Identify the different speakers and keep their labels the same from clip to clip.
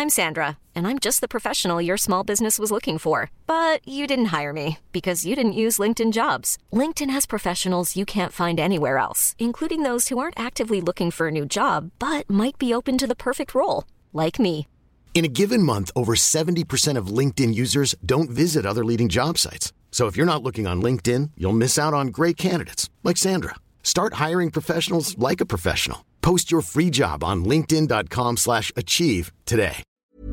Speaker 1: I'm Sandra, and I'm just the professional your small business was looking for. But you didn't hire me because you didn't use LinkedIn Jobs. LinkedIn has professionals you can't find anywhere else, including those who aren't actively looking for a new job, but might be open to the perfect role, like me.
Speaker 2: In a given month, over 70% of LinkedIn users don't visit other leading job sites. So if you're not looking on LinkedIn, you'll miss out on great candidates like Sandra. Start hiring professionals like a professional. Post your free job on linkedin.com/achieve today.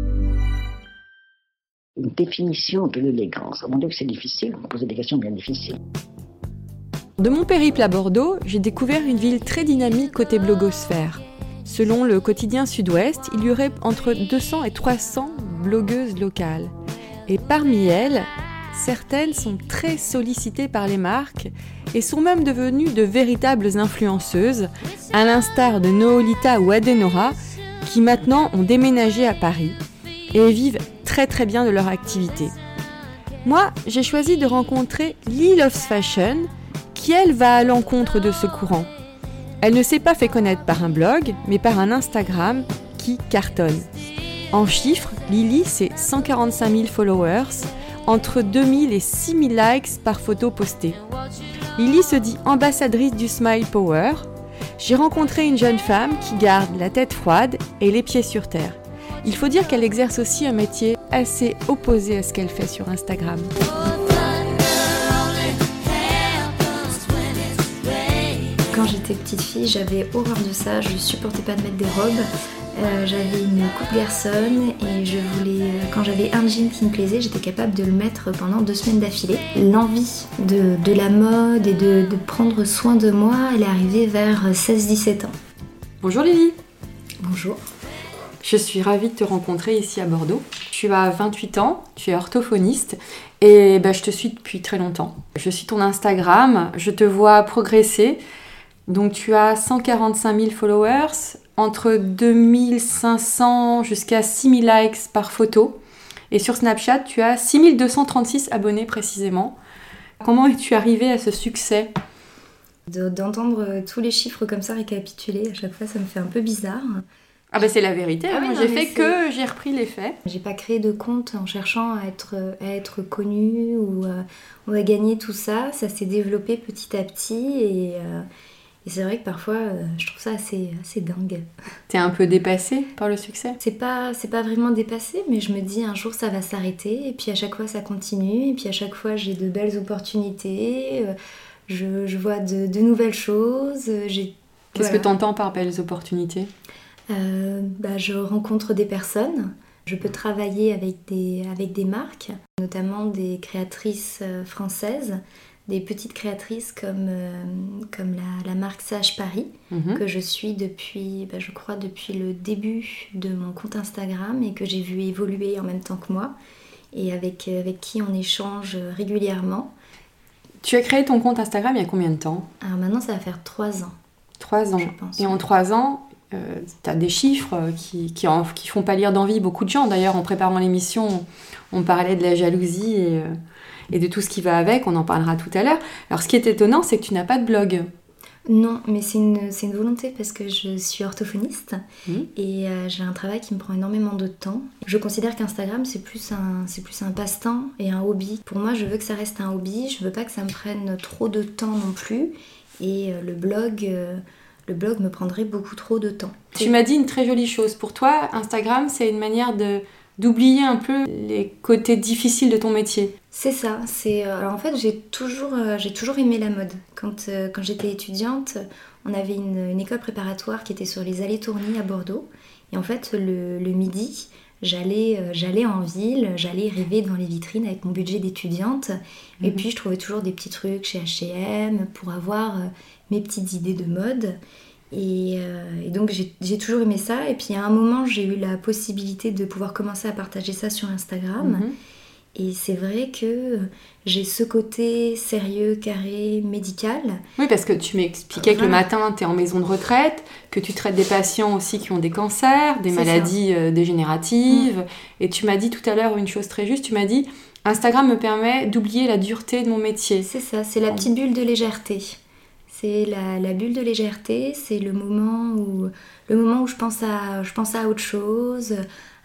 Speaker 3: Une définition de l'élégance. Mon Dieu que c'est difficile, vous me posez des questions bien difficiles.
Speaker 4: De mon périple à Bordeaux, j'ai découvert une ville très dynamique côté blogosphère. Selon le quotidien Sud-Ouest, il y aurait entre 200 et 300 blogueuses locales. Et parmi elles, certaines sont très sollicitées par les marques et sont même devenues de véritables influenceuses, à l'instar de Noolita ou Adenora, qui maintenant ont déménagé à Paris et vivent très très bien de leur activité. Moi, j'ai choisi de rencontrer Lee Loves Fashion, qui elle va à l'encontre de ce courant. Elle ne s'est pas fait connaître par un blog, mais par un Instagram qui cartonne. En chiffres, Lily, c'est 145 000 followers, entre 2000 et 6000 likes par photo postée. Lily se dit ambassadrice du Smile Power. J'ai rencontré une jeune femme qui garde la tête froide et les pieds sur terre. Il faut dire qu'elle exerce aussi un métier assez opposé à ce qu'elle fait sur Instagram.
Speaker 5: Quand j'étais petite fille, j'avais horreur de ça, je supportais pas de mettre des robes. J'avais une coupe garçonne et quand j'avais un jean qui me plaisait, j'étais capable de le mettre pendant 2 semaines d'affilée. L'envie de la mode et de prendre soin de moi, elle est arrivée vers 16-17 ans.
Speaker 4: Bonjour Lily.
Speaker 5: Bonjour.
Speaker 4: Je suis ravie de te rencontrer ici à Bordeaux. Tu as 28 ans, tu es orthophoniste et je te suis depuis très longtemps. Je suis ton Instagram, je te vois progresser. Donc tu as 145 000 followers, entre 2500 jusqu'à 6000 likes par photo. Et sur Snapchat, tu as 6236 abonnés précisément. Comment es-tu arrivée à ce succès ?
Speaker 5: D'entendre tous les chiffres comme ça récapitulés, à chaque fois, ça me fait un peu bizarre.
Speaker 4: Ah c'est la vérité,
Speaker 5: oui,
Speaker 4: j'ai repris les faits.
Speaker 5: J'ai pas créé de compte en cherchant à être connue ou à gagner tout ça. Ça s'est développé petit à petit et c'est vrai que parfois, je trouve ça assez dingue.
Speaker 4: T'es un peu dépassée par le succès ?
Speaker 5: C'est pas vraiment dépassé, mais je me dis un jour ça va s'arrêter, et puis à chaque fois ça continue, et puis à chaque fois j'ai de belles opportunités, je vois de nouvelles choses.
Speaker 4: Qu'est-ce que t'entends par belles opportunités ?
Speaker 5: Je rencontre des personnes, je peux travailler avec des marques, notamment des créatrices françaises, des petites créatrices comme la marque Sage Paris, que je suis depuis le début de mon compte Instagram et que j'ai vu évoluer en même temps que moi et avec qui on échange régulièrement.
Speaker 4: Tu as créé ton compte Instagram il y a combien de temps ?
Speaker 5: Alors maintenant ça va faire 3 ans.
Speaker 4: 3 ans,
Speaker 5: je pense. Et
Speaker 4: en 3 ans, tu as des chiffres qui font pâlir d'envie beaucoup de gens. D'ailleurs, en préparant l'émission, on parlait de la jalousie et de tout ce qui va avec, on en parlera tout à l'heure. Alors ce qui est étonnant, c'est que tu n'as pas de blog.
Speaker 5: Non, mais c'est une volonté parce que je suis orthophoniste et j'ai un travail qui me prend énormément de temps. Je considère qu'Instagram c'est plus un passe-temps et un hobby. Pour moi, je veux que ça reste un hobby, je veux pas que ça me prenne trop de temps non plus, et le blog me prendrait beaucoup trop de temps.
Speaker 4: Tu m'as dit une très jolie chose. Pour toi, Instagram, c'est une manière d'oublier un peu les côtés difficiles de ton métier.
Speaker 5: C'est ça. Alors en fait, j'ai toujours aimé la mode. Quand j'étais étudiante, on avait une école préparatoire qui était sur les allées Tourny à Bordeaux. Et en fait, le midi, j'allais en ville, j'allais rêver devant les vitrines avec mon budget d'étudiante. Et puis, je trouvais toujours des petits trucs chez H&M pour avoir mes petites idées de mode. Et donc j'ai toujours aimé ça, et puis à un moment j'ai eu la possibilité de pouvoir commencer à partager ça sur Instagram, et c'est vrai que j'ai ce côté sérieux, carré, médical.
Speaker 4: Oui, parce que tu m'expliquais que le matin t'es en maison de retraite, que tu traites des patients aussi qui ont des cancers, des maladies dégénératives, et tu m'as dit tout à l'heure une chose très juste, tu m'as dit Instagram me permet d'oublier la dureté de mon métier.
Speaker 5: C'est ça, c'est la petite bulle de légèreté. C'est la bulle de légèreté, c'est le moment où je pense à autre chose,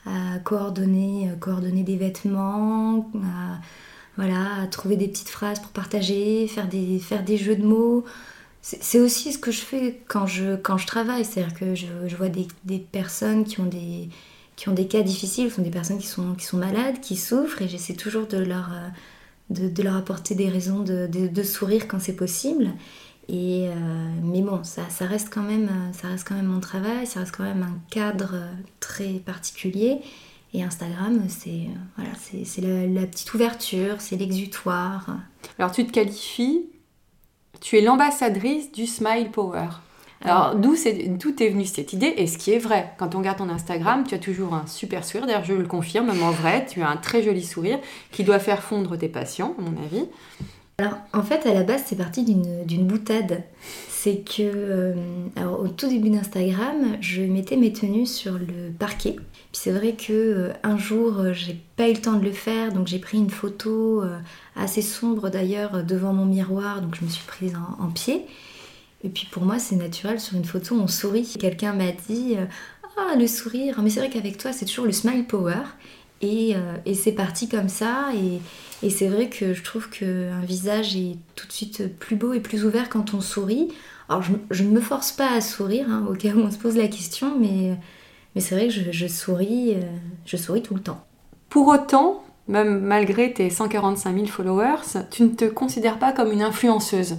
Speaker 5: à coordonner des vêtements, à trouver des petites phrases pour partager, faire des jeux de mots. C'est aussi ce que je fais quand je travaille, c'est-à-dire que je vois des personnes qui ont des cas difficiles, ce sont des personnes qui sont malades, qui souffrent, et j'essaie toujours de leur apporter des raisons de sourire quand c'est possible. Mais bon, ça reste quand même mon travail, ça reste quand même un cadre très particulier. Et Instagram, c'est la petite ouverture, c'est l'exutoire.
Speaker 4: Alors tu te qualifies, tu es l'ambassadrice du Smile Power. Alors d'où est venue cette idée? Et ce qui est vrai, quand on regarde ton Instagram, tu as toujours un super sourire. D'ailleurs, je le confirme, même en vrai, tu as un très joli sourire qui doit faire fondre tes patients, à mon avis.
Speaker 5: Alors, en fait, à la base, c'est parti d'une boutade. C'est que, au tout début d'Instagram, je mettais mes tenues sur le parquet. Puis c'est vrai que un jour, j'ai pas eu le temps de le faire, donc j'ai pris une photo assez sombre d'ailleurs devant mon miroir, donc je me suis prise en pied. Et puis pour moi, c'est naturel, sur une photo, on sourit. Quelqu'un m'a dit « Ah, le sourire !» Mais c'est vrai qu'avec toi, c'est toujours le smile power. Et c'est parti comme ça. Et c'est vrai que je trouve qu'un visage est tout de suite plus beau et plus ouvert quand on sourit. Alors, je ne me force pas à sourire, au cas où on se pose la question, mais c'est vrai que je souris tout le temps.
Speaker 4: Pour autant, même malgré tes 145 000 followers, tu ne te considères pas comme une influenceuse?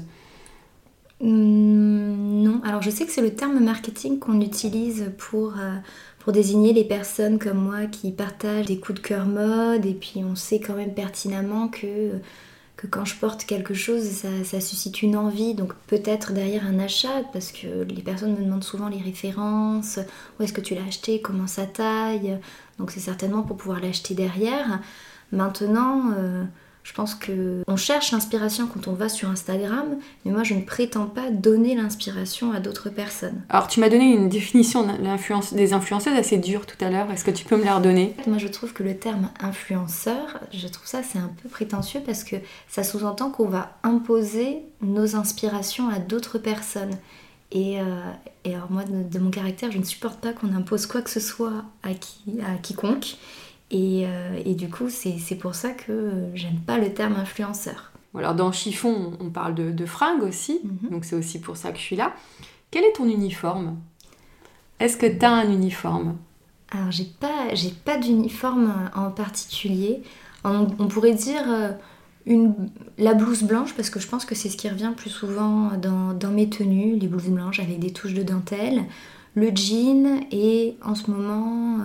Speaker 5: Non, alors je sais que c'est le terme marketing qu'on utilise pour désigner les personnes comme moi qui partagent des coups de cœur mode, et puis on sait quand même pertinemment que quand je porte quelque chose, ça suscite une envie, donc peut-être derrière un achat, parce que les personnes me demandent souvent les références, où est-ce que tu l'as acheté, comment ça taille, donc c'est certainement pour pouvoir l'acheter derrière. Maintenant, je pense qu'on cherche l'inspiration quand on va sur Instagram, mais moi je ne prétends pas donner l'inspiration à d'autres personnes.
Speaker 4: Alors tu m'as donné une définition des influenceuses assez dure tout à l'heure, est-ce que tu peux me la redonner?
Speaker 5: Moi je trouve que le terme influenceur, je trouve ça c'est un peu prétentieux parce que ça sous-entend qu'on va imposer nos inspirations à d'autres personnes. Et alors moi de mon caractère, je ne supporte pas qu'on impose quoi que ce soit à quiconque. Et du coup, c'est pour ça que j'aime pas le terme influenceur.
Speaker 4: Alors dans Chiffon, on parle de fringues aussi, donc c'est aussi pour ça que je suis là. Quel est ton uniforme? Est-ce que tu as un uniforme?
Speaker 5: Alors j'ai pas d'uniforme en particulier. On pourrait dire la blouse blanche, parce que je pense que c'est ce qui revient plus souvent dans mes tenues, les blouses blanches avec des touches de dentelle, le jean et en ce moment...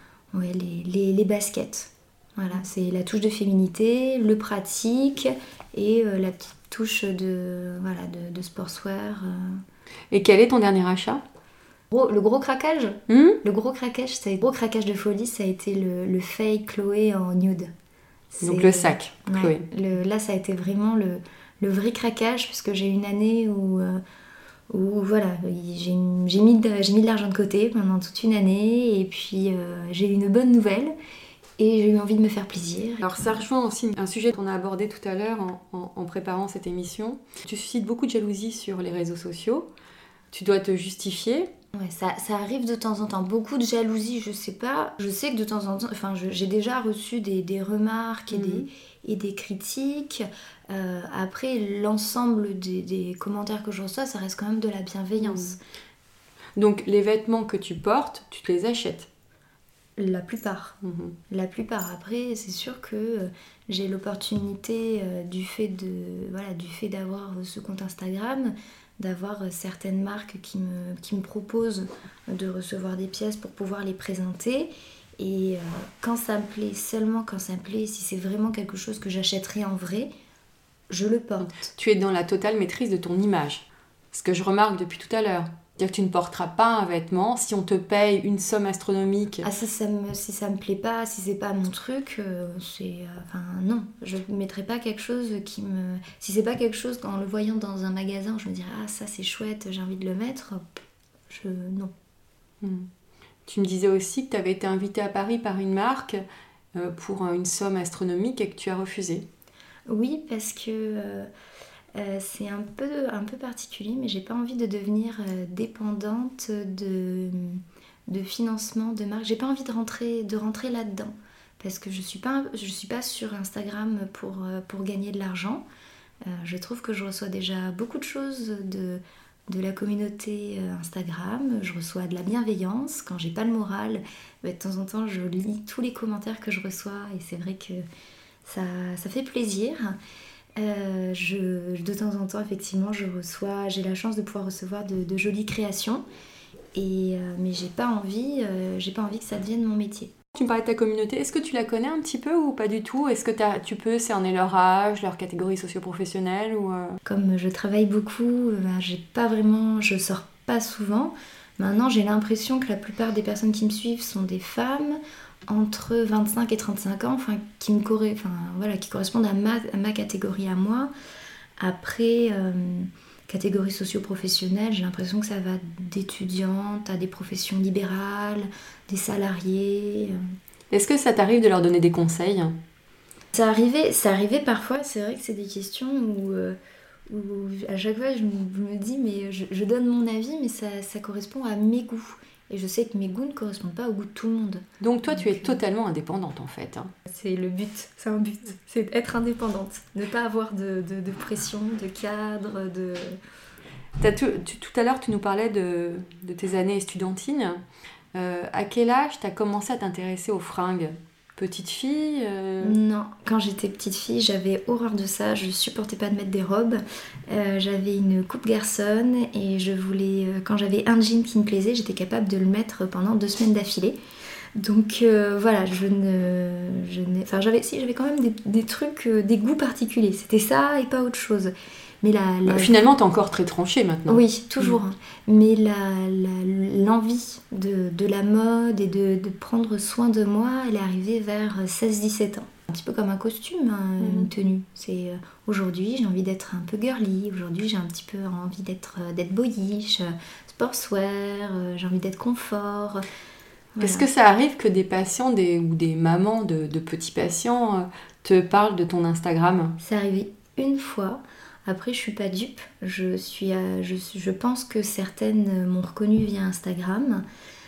Speaker 5: les baskets. Voilà, c'est la touche de féminité, le pratique et la petite touche de sportswear.
Speaker 4: Et quel est ton dernier achat?
Speaker 5: Le gros craquage Le gros craquage de folie, ça a été le Faye Chloé en nude.
Speaker 4: Donc le sac, Chloé.
Speaker 5: Là, ça a été vraiment le vrai craquage, puisque j'ai eu une année où voilà, j'ai mis de l'argent de côté pendant toute une année, et puis j'ai eu une bonne nouvelle et j'ai eu envie de me faire plaisir.
Speaker 4: Alors ça rejoint aussi un sujet qu'on a abordé tout à l'heure en préparant cette émission. Tu suscites beaucoup de jalousie sur les réseaux sociaux, tu dois te justifier.
Speaker 5: Ouais, ça arrive de temps en temps, beaucoup de jalousie, je sais pas. Je sais que de temps en temps, j'ai déjà reçu des remarques et des critiques. Après, l'ensemble des commentaires que je reçois, ça reste quand même de la bienveillance.
Speaker 4: Donc les vêtements que tu portes, tu te les achètes?
Speaker 5: La plupart. La plupart. Après, c'est sûr que j'ai l'opportunité du fait d'avoir ce compte Instagram, d'avoir certaines marques qui me proposent de recevoir des pièces pour pouvoir les présenter. Et quand ça me plaît, seulement quand ça me plaît, si c'est vraiment quelque chose que j'achèterais en vrai, je le porte.
Speaker 4: Tu es dans la totale maîtrise de ton image. Ce que je remarque depuis tout à l'heure. C'est-à-dire que tu ne porteras pas un vêtement si on te paye une somme astronomique.
Speaker 5: Ah, si ça me plaît pas, si c'est pas mon truc, non. Je ne mettrai pas quelque chose qui me... Si c'est pas quelque chose, en le voyant dans un magasin, je me dirais « Ah, ça c'est chouette, j'ai envie de le mettre », non.
Speaker 4: Tu me disais aussi que tu avais été invitée à Paris par une marque pour une somme astronomique et que tu as refusé.
Speaker 5: Oui, parce que... c'est un peu particulier, mais j'ai pas envie de devenir dépendante de financement de marque. J'ai pas envie de rentrer là-dedans parce que je suis pas sur Instagram pour gagner de l'argent. Je trouve que je reçois déjà beaucoup de choses de la communauté Instagram. Je reçois de la bienveillance. Quand j'ai pas le moral, de temps en temps, je lis tous les commentaires que je reçois et c'est vrai que ça fait plaisir. De temps en temps, effectivement, j'ai la chance de pouvoir recevoir de jolies créations, mais j'ai pas envie que ça devienne mon métier.
Speaker 4: Tu me parlais de ta communauté, est-ce que tu la connais un petit peu ou pas du tout ? Est-ce que tu peux cerner leur âge, leur catégorie socio-professionnelle ou
Speaker 5: Comme je travaille beaucoup, je sors pas souvent. Maintenant, j'ai l'impression que la plupart des personnes qui me suivent sont des femmes entre 25 et 35 ans, qui correspondent à ma catégorie à moi. Après, catégorie socio-professionnelle, j'ai l'impression que ça va d'étudiantes à des professions libérales, des salariés.
Speaker 4: Est-ce que ça t'arrive de leur donner des conseils ?
Speaker 5: Ça arrivait parfois, c'est vrai que c'est des questions où à chaque fois je me dis mais je donne mon avis mais ça correspond à mes goûts. Et je sais que mes goûts ne correspondent pas au goût de tout le monde.
Speaker 4: Donc toi, tu es totalement indépendante en fait.
Speaker 5: C'est le but, c'est un but. C'est être indépendante, ne pas avoir de pression, de cadre, de...
Speaker 4: Tout à l'heure, tu nous parlais de tes années estudiantines. À quel âge tu as commencé à t'intéresser aux fringues ? Petite fille
Speaker 5: Non, quand j'étais petite fille, j'avais horreur de ça. Je supportais pas de mettre des robes. J'avais une coupe garçonne et quand j'avais un jean qui me plaisait, j'étais capable de le mettre pendant 2 semaines d'affilée. Donc voilà, j'avais quand même des trucs, des goûts particuliers. C'était ça et pas autre chose. Mais
Speaker 4: finalement, t'es encore très tranchée maintenant.
Speaker 5: Oui, toujours. Mais l'envie de la mode et de prendre soin de moi, elle est arrivée vers 16-17 ans. Un petit peu comme un costume, une tenue. Aujourd'hui, j'ai envie d'être un peu girly. Aujourd'hui, j'ai un petit peu envie d'être boyish, sportswear. J'ai envie d'être confort. Voilà.
Speaker 4: Est-ce que ça arrive que des patients ou des mamans de petits patients te parlent de ton Instagram ?
Speaker 5: C'est arrivé une fois. Après, je suis pas dupe. Je pense que certaines m'ont reconnue via Instagram.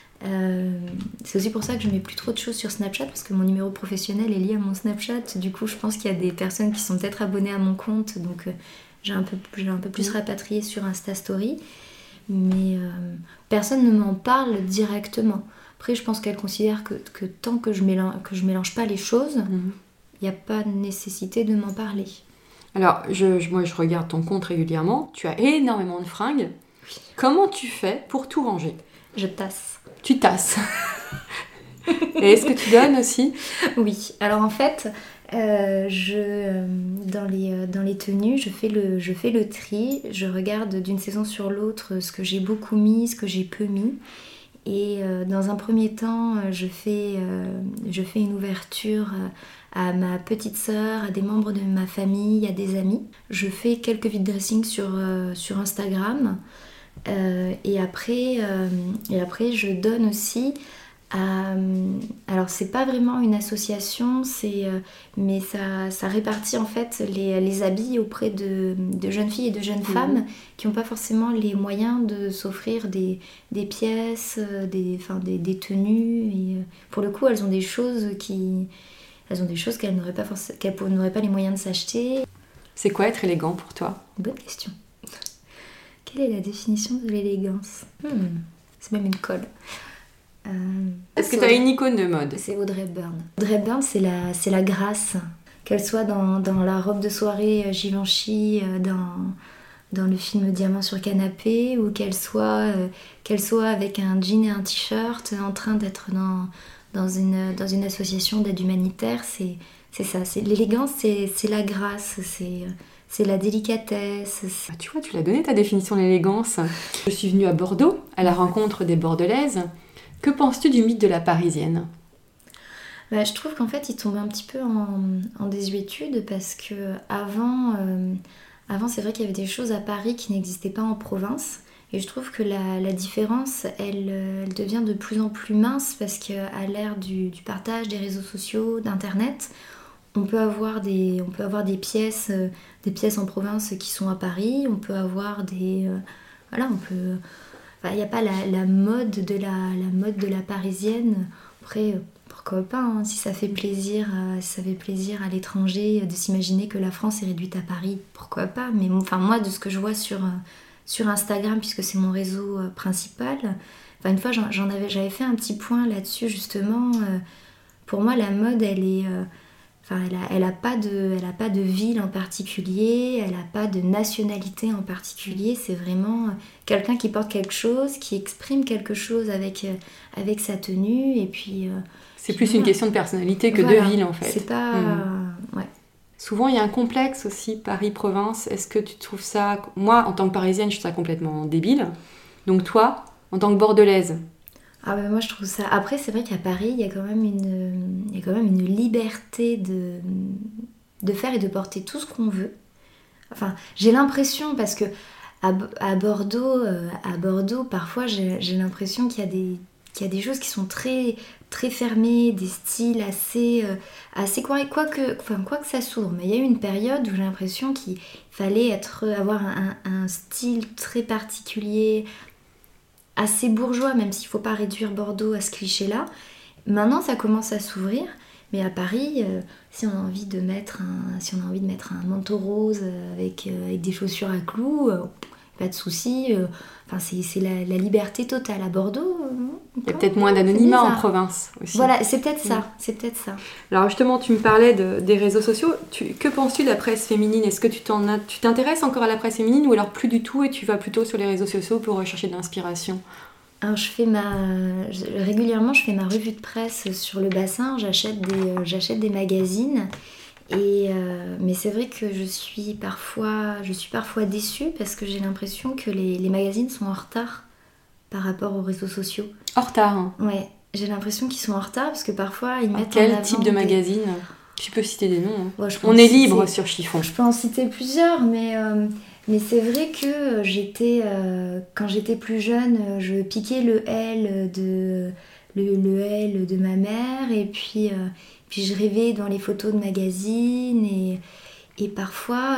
Speaker 5: C'est aussi pour ça que je mets plus trop de choses sur Snapchat parce que mon numéro professionnel est lié à mon Snapchat. Du coup, je pense qu'il y a des personnes qui sont peut-être abonnées à mon compte, donc j'ai un peu plus rapatrié sur Insta Story. Mais personne ne m'en parle directement. Après, je pense qu'elles considèrent que tant que je mélange pas les choses, il n'y a pas de nécessité de m'en parler.
Speaker 4: Alors, moi, je regarde ton compte régulièrement. Tu as énormément de fringues. Oui. Comment tu fais pour tout ranger ?
Speaker 5: Je tasse.
Speaker 4: Tu tasses. Et est-ce que tu donnes aussi ?
Speaker 5: Oui. Alors en fait, dans les tenues, je fais le tri. Je regarde d'une saison sur l'autre ce que j'ai beaucoup mis, ce que j'ai peu mis. Et dans un premier temps, je fais une ouverture à ma petite sœur, à des membres de ma famille, à des amis. Je fais quelques vide dressing sur Instagram. Et après, je donne aussi à... Alors, c'est pas vraiment une association, mais ça répartit en fait les habits auprès de jeunes filles et de jeunes femmes qui n'ont pas forcément les moyens de s'offrir des pièces, des tenues. Et, pour le coup, elles ont des choses qu'elles n'auraient pas les moyens de s'acheter.
Speaker 4: C'est quoi être élégant pour toi ?
Speaker 5: Bonne question. Quelle est la définition de l'élégance ? C'est même une colle.
Speaker 4: Est-ce que tu as une icône de mode ?
Speaker 5: C'est Audrey Hepburn. Audrey Hepburn, c'est la grâce. Qu'elle soit dans la robe de soirée Givenchy, dans le film Diamant sur canapé, ou qu'elle soit avec un jean et un t-shirt en train d'être dans une association d'aide humanitaire, c'est ça. L'élégance, c'est la grâce, c'est la délicatesse.
Speaker 4: Tu vois, tu l'as donné ta définition de l'élégance. Je suis venue à Bordeaux, à la rencontre des Bordelaises. Que penses-tu du mythe de la Parisienne ?
Speaker 5: Je trouve qu'en fait, il tombe un petit peu en désuétude parce que avant, c'est vrai qu'il y avait des choses à Paris qui n'existaient pas en province. Et je trouve que la différence, elle devient de plus en plus mince parce qu'à l'ère du partage des réseaux sociaux, d'Internet, on peut avoir des pièces en province qui sont à Paris. On peut avoir Enfin, il n'y a pas la mode de la parisienne. Après, pourquoi pas, hein, si ça fait plaisir à l'étranger de s'imaginer que la France est réduite à Paris, pourquoi pas. Mais moi, de ce que je vois sur Instagram, puisque c'est mon réseau principal, une fois j'avais fait un petit point là-dessus justement. Pour moi, la mode, elle a pas de ville en particulier, elle n'a pas de nationalité en particulier. C'est vraiment quelqu'un qui porte quelque chose, qui exprime quelque chose avec sa tenue. Et puis,
Speaker 4: c'est plus une question de personnalité que de ville, en fait.
Speaker 5: C'est pas... ouais.
Speaker 4: Souvent, il y a un complexe aussi, Paris-Province. Est-ce que tu trouves ça... Moi, en tant que Parisienne, je trouve ça complètement débile. Donc toi, en tant que Bordelaise...
Speaker 5: Ah ben moi je trouve ça... Après c'est vrai qu'à Paris il y a quand même une liberté de faire et de porter tout ce qu'on veut. Enfin j'ai l'impression parce que à Bordeaux parfois j'ai l'impression qu'il y a des choses qui sont très, très fermées, des styles assez quoi que ça s'ouvre. Mais il y a eu une période où j'ai l'impression qu'il fallait avoir un style très particulier, assez bourgeois, même s'il ne faut pas réduire Bordeaux à ce cliché-là. Maintenant, ça commence à s'ouvrir, mais à Paris, si on a envie de mettre un manteau rose avec des chaussures à clous, pas de souci. C'est la liberté totale. À Bordeaux,
Speaker 4: il y a peut-être moins d'anonymat en province aussi.
Speaker 5: Voilà, c'est peut-être ça.
Speaker 4: Alors justement, tu me parlais des réseaux sociaux. Que penses-tu de la presse féminine ? Est-ce que tu t'intéresses encore à la presse féminine ou alors plus du tout et tu vas plutôt sur les réseaux sociaux pour rechercher de l'inspiration ?
Speaker 5: Alors régulièrement, je fais ma revue de presse sur le bassin. J'achète des magazines. Mais c'est vrai que je suis parfois déçue parce que j'ai l'impression que les magazines sont en retard par rapport aux réseaux sociaux.
Speaker 4: En retard, hein.
Speaker 5: Ouais, j'ai l'impression qu'ils sont en retard parce que parfois ils mettent
Speaker 4: quel type de magazine ? Tu peux citer des noms, hein.
Speaker 5: Ouais,
Speaker 4: on est libre sur Chiffon.
Speaker 5: Je peux en citer plusieurs, mais c'est vrai que quand j'étais plus jeune, je piquais le L de ma mère et puis je rêvais dans les photos de magazines et parfois,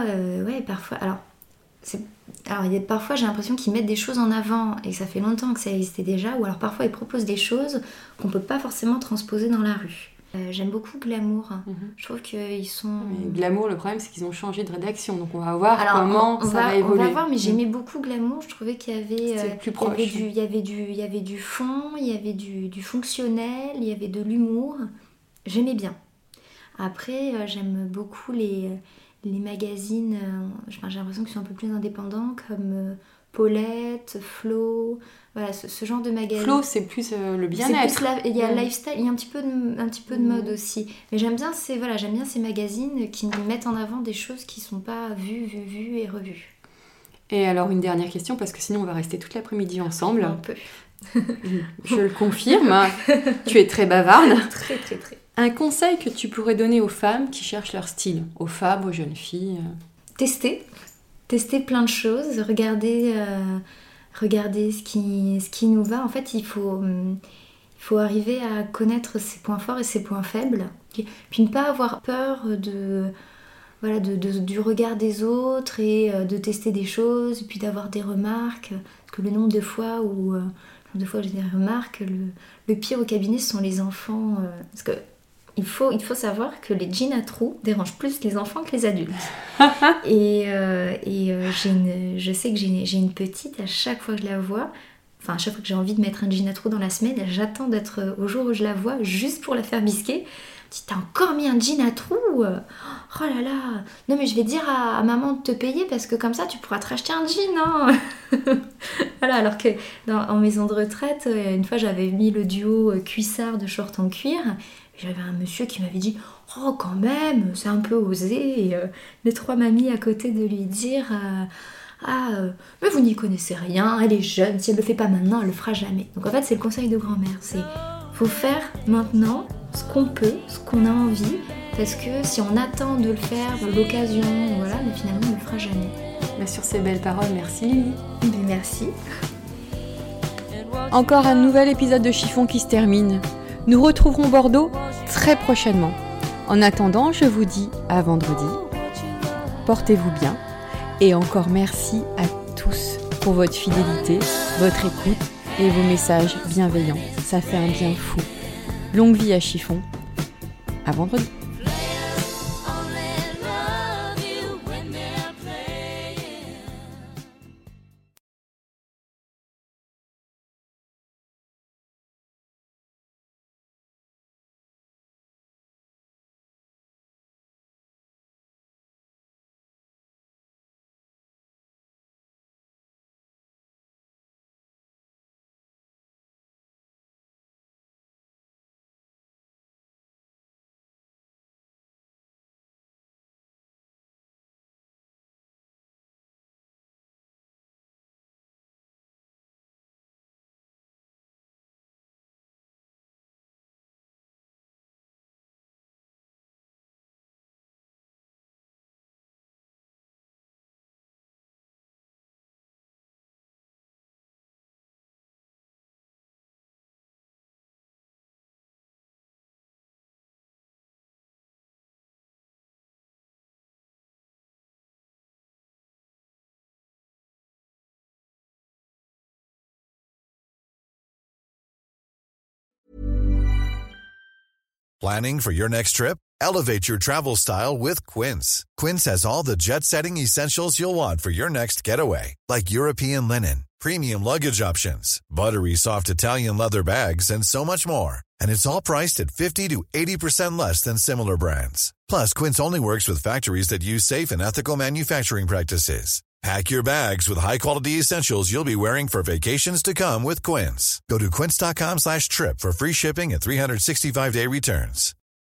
Speaker 5: parfois j'ai l'impression qu'ils mettent des choses en avant et ça fait longtemps que ça existait déjà, ou alors parfois ils proposent des choses qu'on peut pas forcément transposer dans la rue. J'aime beaucoup Glamour. Je trouve qu'ils sont...
Speaker 4: Mais Glamour, le problème c'est qu'ils ont changé de rédaction, donc on va voir comment ça va évoluer.
Speaker 5: On va voir, mais j'aimais beaucoup Glamour. Je trouvais qu'il y avait,
Speaker 4: plus proche.
Speaker 5: Il y avait du fond, il y avait du fonctionnel, il y avait de l'humour. J'aimais bien. Après, j'aime beaucoup les magazines, j'ai l'impression qu'ils sont un peu plus indépendants, comme Paulette, Flo, voilà, ce genre de magazine.
Speaker 4: Flo, c'est plus le bien-être.
Speaker 5: Il y a lifestyle, il y a un petit peu de mode aussi. Mais j'aime bien ces magazines qui mettent en avant des choses qui ne sont pas vues et revues.
Speaker 4: Et alors, une dernière question, parce que sinon on va rester toute l'après-midi ensemble.
Speaker 5: Un peu.
Speaker 4: Je le confirme, tu es très bavarde.
Speaker 5: Très, très, très.
Speaker 4: Un conseil que tu pourrais donner aux femmes qui cherchent leur style, aux femmes, aux jeunes filles.
Speaker 5: Tester plein de choses, regarder ce qui nous va. En fait, il faut arriver à connaître ses points forts et ses points faibles, puis ne pas avoir peur du regard des autres et de tester des choses, puis d'avoir des remarques, parce que le nombre de fois où j'ai des remarques, le pire au cabinet ce sont les enfants, parce que il faut savoir que les jeans à trous dérangent plus les enfants que les adultes. Je sais que j'ai une petite, à chaque fois que je la vois, à chaque fois que j'ai envie de mettre un jean à trous dans la semaine, j'attends d'être au jour où je la vois juste pour la faire bisquer. Je dis, t'as encore mis un jean à trous ? Oh là là ! Non mais je vais dire à maman de te payer parce que comme ça tu pourras te racheter un jean, hein. Voilà, alors que en maison de retraite, une fois j'avais mis le duo cuissard de short en cuir. J'avais un monsieur qui m'avait dit « Oh, quand même, c'est un peu osé. » Et les trois mamies à côté de lui dire « Mais vous n'y connaissez rien, elle est jeune, si elle ne le fait pas maintenant, elle ne le fera jamais. » Donc en fait, c'est le conseil de grand-mère. C'est faut faire maintenant ce qu'on peut, ce qu'on a envie, parce que si on attend de le faire, l'occasion, voilà, mais finalement, on ne le fera jamais.
Speaker 4: Mais sur ces belles paroles, merci Lily.
Speaker 5: Merci.
Speaker 4: Encore un nouvel épisode de Chiffon qui se termine. Nous retrouverons Bordeaux très prochainement. En attendant, je vous dis à vendredi. Portez-vous bien et encore merci à tous pour votre fidélité, votre écoute et vos messages bienveillants. Ça fait un bien fou. Longue vie à Chiffon. À vendredi.
Speaker 6: Planning for your next trip? Elevate your travel style with Quince. Quince has all the jet-setting essentials you'll want for your next getaway, like European linen, premium luggage options, buttery soft Italian leather bags, and so much more. And it's all priced at 50 to 80% less than similar brands. Plus, Quince only works with factories that use safe and ethical manufacturing practices. Pack your bags with high-quality essentials you'll be wearing for vacations to come with Quince. Go to quince.com/trip for free shipping and 365-day returns.